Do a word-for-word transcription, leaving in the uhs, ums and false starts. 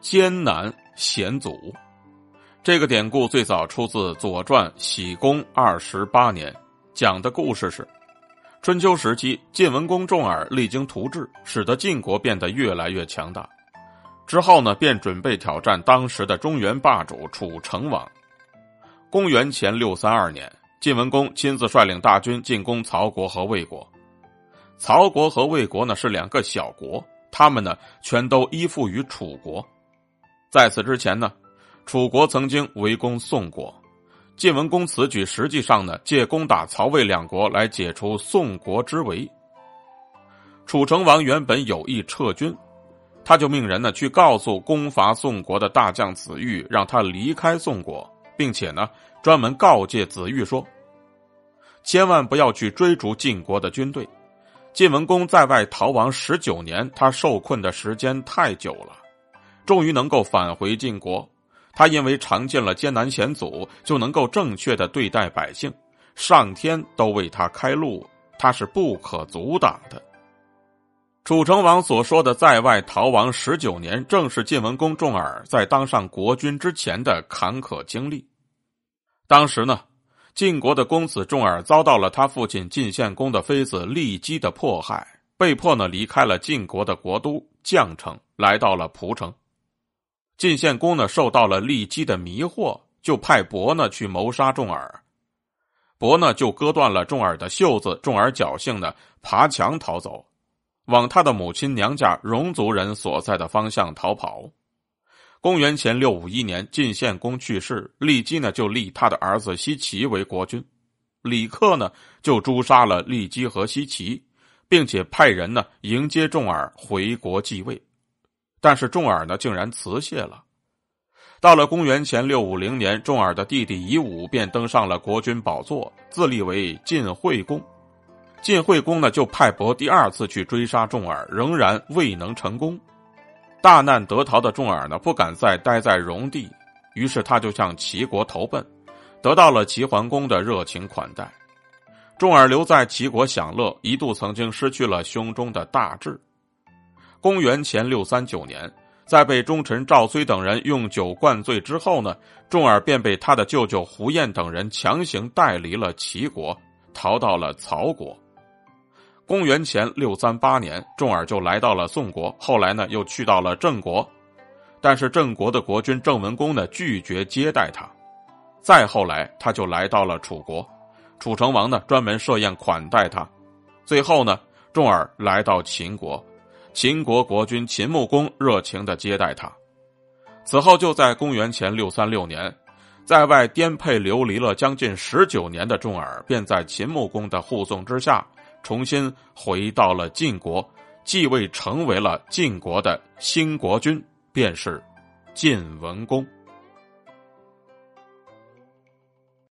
艰难险阻。这个典故最早出自《左传》喜公二十八年，讲的故事是春秋时期，晋文公重耳励精图治，使得晋国变得越来越强大。之后呢，便准备挑战当时的中原霸主楚成王。公元前六三二年，晋文公亲自率领大军进攻曹国和魏国。曹国和魏国呢是两个小国，他们呢全都依附于楚国。在此之前呢，楚国曾经围攻宋国，晋文公此举实际上呢借攻打曹魏两国来解除宋国之围。楚成王原本有意撤军，他就命人呢去告诉攻伐宋国的大将子玉，让他离开宋国，并且呢专门告诫子玉说，千万不要去追逐晋国的军队。晋文公在外逃亡十九年，他受困的时间太久了，终于能够返回晋国。他因为尝尽了艰难险阻，就能够正确的对待百姓，上天都为他开路，他是不可阻挡的。楚成王所说的在外逃亡十九年，正是晋文公重耳在当上国君之前的坎坷经历。当时呢，晋国的公子重耳遭到了他父亲晋献公的妃子骊姬的迫害，被迫呢离开了晋国的国都绛城，来到了蒲城。晋献公呢受到了骊姬的迷惑，就派伯呢去谋杀重耳。伯呢就割断了重耳的袖子，重耳侥幸呢爬墙逃走，往他的母亲娘家戎族人所在的方向逃跑。公元前六五一年，晋献公去世，骊姬呢就立他的儿子奚齐为国君。李克呢就诛杀了骊姬和奚齐，并且派人呢迎接重耳回国继位。但是重耳呢竟然辞谢了。到了公元前六五零年，重耳的弟弟夷吾便登上了国君宝座，自立为晋惠公。晋惠公呢就派伯第二次去追杀重耳，仍然未能成功。大难得逃的重耳呢不敢再待在戎地，于是他就向齐国投奔，得到了齐桓公的热情款待。重耳留在齐国享乐，一度曾经失去了胸中的大志。公元前六三九年，在被忠臣赵崔等人用酒灌醉之后呢，重耳便被他的舅舅胡彦等人强行带离了齐国，逃到了曹国。公元前六三八年，重耳就来到了宋国，后来呢又去到了郑国，但是郑国的国君郑文公呢拒绝接待他。再后来他就来到了楚国，楚成王呢专门设宴款待他。最后呢，重耳来到秦国，秦国国君秦穆公热情地接待他。此后就在公元前六三六年，在外颠沛流离了将近十九年的重耳，便在秦穆公的护送之下，重新回到了晋国，继位成为了晋国的新国君，便是晋文公。